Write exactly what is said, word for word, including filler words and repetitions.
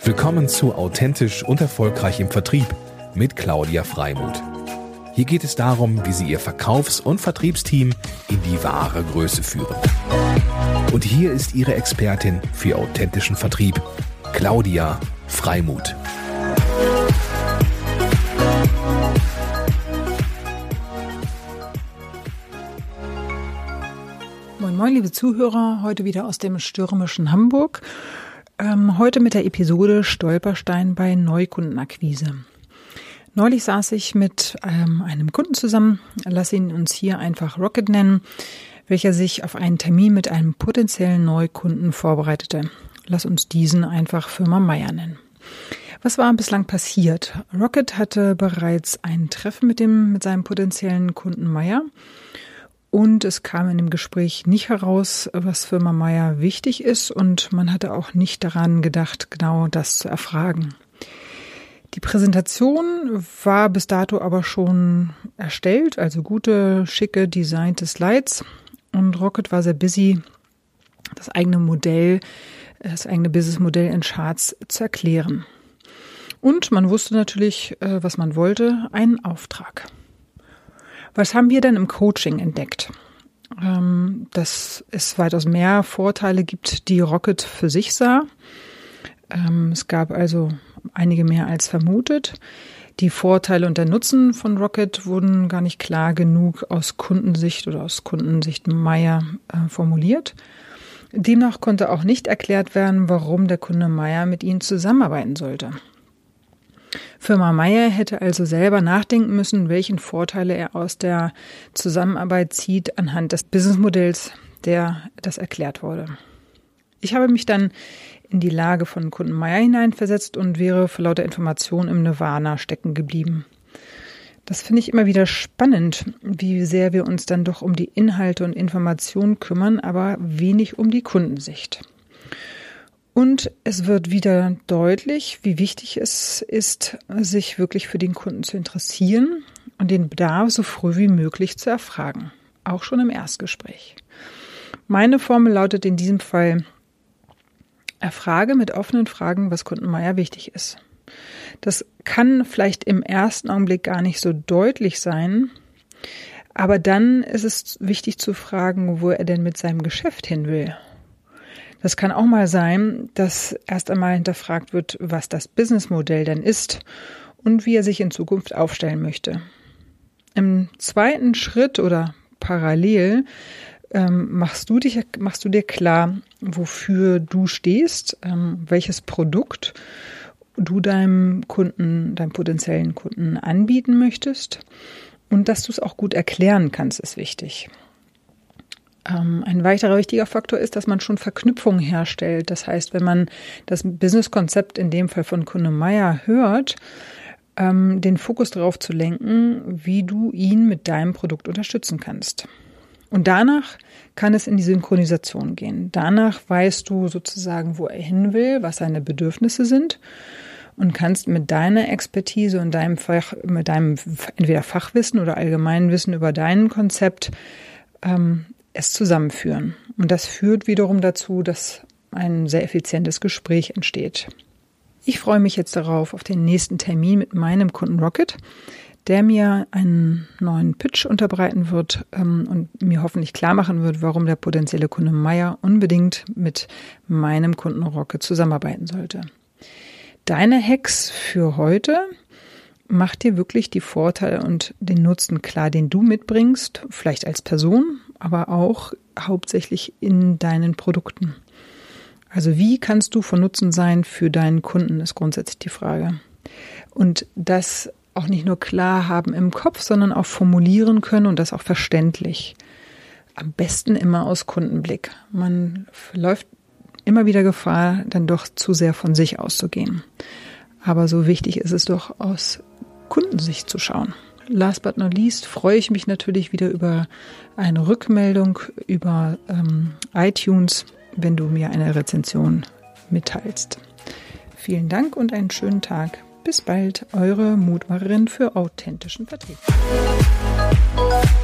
Willkommen zu Authentisch und Erfolgreich im Vertrieb mit Claudia Freimuth. Hier geht es darum, wie Sie Ihr Verkaufs- und Vertriebsteam in die wahre Größe führen. Und hier ist Ihre Expertin für authentischen Vertrieb, Claudia Freimuth. Moin Moin, liebe Zuhörer, heute wieder aus dem stürmischen Hamburg. Ähm, heute mit der Episode Stolperstein bei Neukundenakquise. Neulich saß ich mit ähm, einem Kunden zusammen, lass ihn uns hier einfach Rocket nennen, welcher sich auf einen Termin mit einem potenziellen Neukunden vorbereitete. Lass uns diesen einfach Firma Meier nennen. Was war bislang passiert? Rocket hatte bereits ein Treffen mit dem mit seinem potenziellen Kunden Meier. Und es kam in dem Gespräch nicht heraus, was Firma Meier wichtig ist, und man hatte auch nicht daran gedacht, genau das zu erfragen. Die Präsentation war bis dato aber schon erstellt, also gute, schicke, designte Slides, und Rocket war sehr busy, das eigene Modell, das eigene Businessmodell in Charts zu erklären. Und man wusste natürlich, was man wollte, einen Auftrag. Was haben wir dann im Coaching entdeckt? Ähm, dass es weitaus mehr Vorteile gibt, die Rocket für sich sah. Ähm, es gab also einige mehr als vermutet. Die Vorteile und der Nutzen von Rocket wurden gar nicht klar genug aus Kundensicht oder aus Kundensicht Meier äh, formuliert. Demnach konnte auch nicht erklärt werden, warum der Kunde Meier mit ihnen zusammenarbeiten sollte. Firma Meier hätte also selber nachdenken müssen, welchen Vorteile er aus der Zusammenarbeit zieht anhand des Businessmodells, der das erklärt wurde. Ich habe mich dann in die Lage von Kunden Meier hineinversetzt und wäre vor lauter Information im Nirvana stecken geblieben. Das finde ich immer wieder spannend, wie sehr wir uns dann doch um die Inhalte und Informationen kümmern, aber wenig um die Kundensicht. Und es wird wieder deutlich, wie wichtig es ist, sich wirklich für den Kunden zu interessieren und den Bedarf so früh wie möglich zu erfragen, auch schon im Erstgespräch. Meine Formel lautet in diesem Fall: Erfrage mit offenen Fragen, was Kunden Meier wichtig ist. Das kann vielleicht im ersten Augenblick gar nicht so deutlich sein, aber dann ist es wichtig zu fragen, wo er denn mit seinem Geschäft hin will. Das kann auch mal sein, dass erst einmal hinterfragt wird, was das Businessmodell denn ist und wie er sich in Zukunft aufstellen möchte. Im zweiten Schritt oder parallel ähm, machst du dich, machst du dir klar, wofür du stehst, ähm, welches Produkt du deinem Kunden, deinem potenziellen Kunden anbieten möchtest, und dass du es auch gut erklären kannst, ist wichtig. Ein weiterer wichtiger Faktor ist, dass man schon Verknüpfungen herstellt. Das heißt, wenn man das Businesskonzept in dem Fall von Kunde Meier hört, den Fokus darauf zu lenken, wie du ihn mit deinem Produkt unterstützen kannst. Und danach kann es in die Synchronisation gehen. Danach weißt du sozusagen, wo er hin will, was seine Bedürfnisse sind, und kannst mit deiner Expertise und deinem Fach, mit deinem entweder Fachwissen oder Allgemeinwissen über dein Konzept ähm, es zusammenführen. Und das führt wiederum dazu, dass ein sehr effizientes Gespräch entsteht. Ich freue mich jetzt darauf, auf den nächsten Termin mit meinem Kunden Rocket, der mir einen neuen Pitch unterbreiten wird ähm, und mir hoffentlich klar machen wird, warum der potenzielle Kunde Meier unbedingt mit meinem Kunden Rocket zusammenarbeiten sollte. Deine Hacks für heute: Mach dir wirklich die Vorteile und den Nutzen klar, den du mitbringst, vielleicht als Person, aber auch hauptsächlich in deinen Produkten. Also wie kannst du von Nutzen sein für deinen Kunden, ist grundsätzlich die Frage. Und das auch nicht nur klar haben im Kopf, sondern auch formulieren können, und das auch verständlich. Am besten immer aus Kundenblick. Man läuft immer wieder Gefahr, dann doch zu sehr von sich auszugehen. Aber so wichtig ist es doch, aus Kundensicht zu schauen. Last but not least freue ich mich natürlich wieder über eine Rückmeldung über ähm, iTunes, wenn du mir eine Rezension mitteilst. Vielen Dank und einen schönen Tag. Bis bald, eure Mutmacherin für authentischen Vertrieb.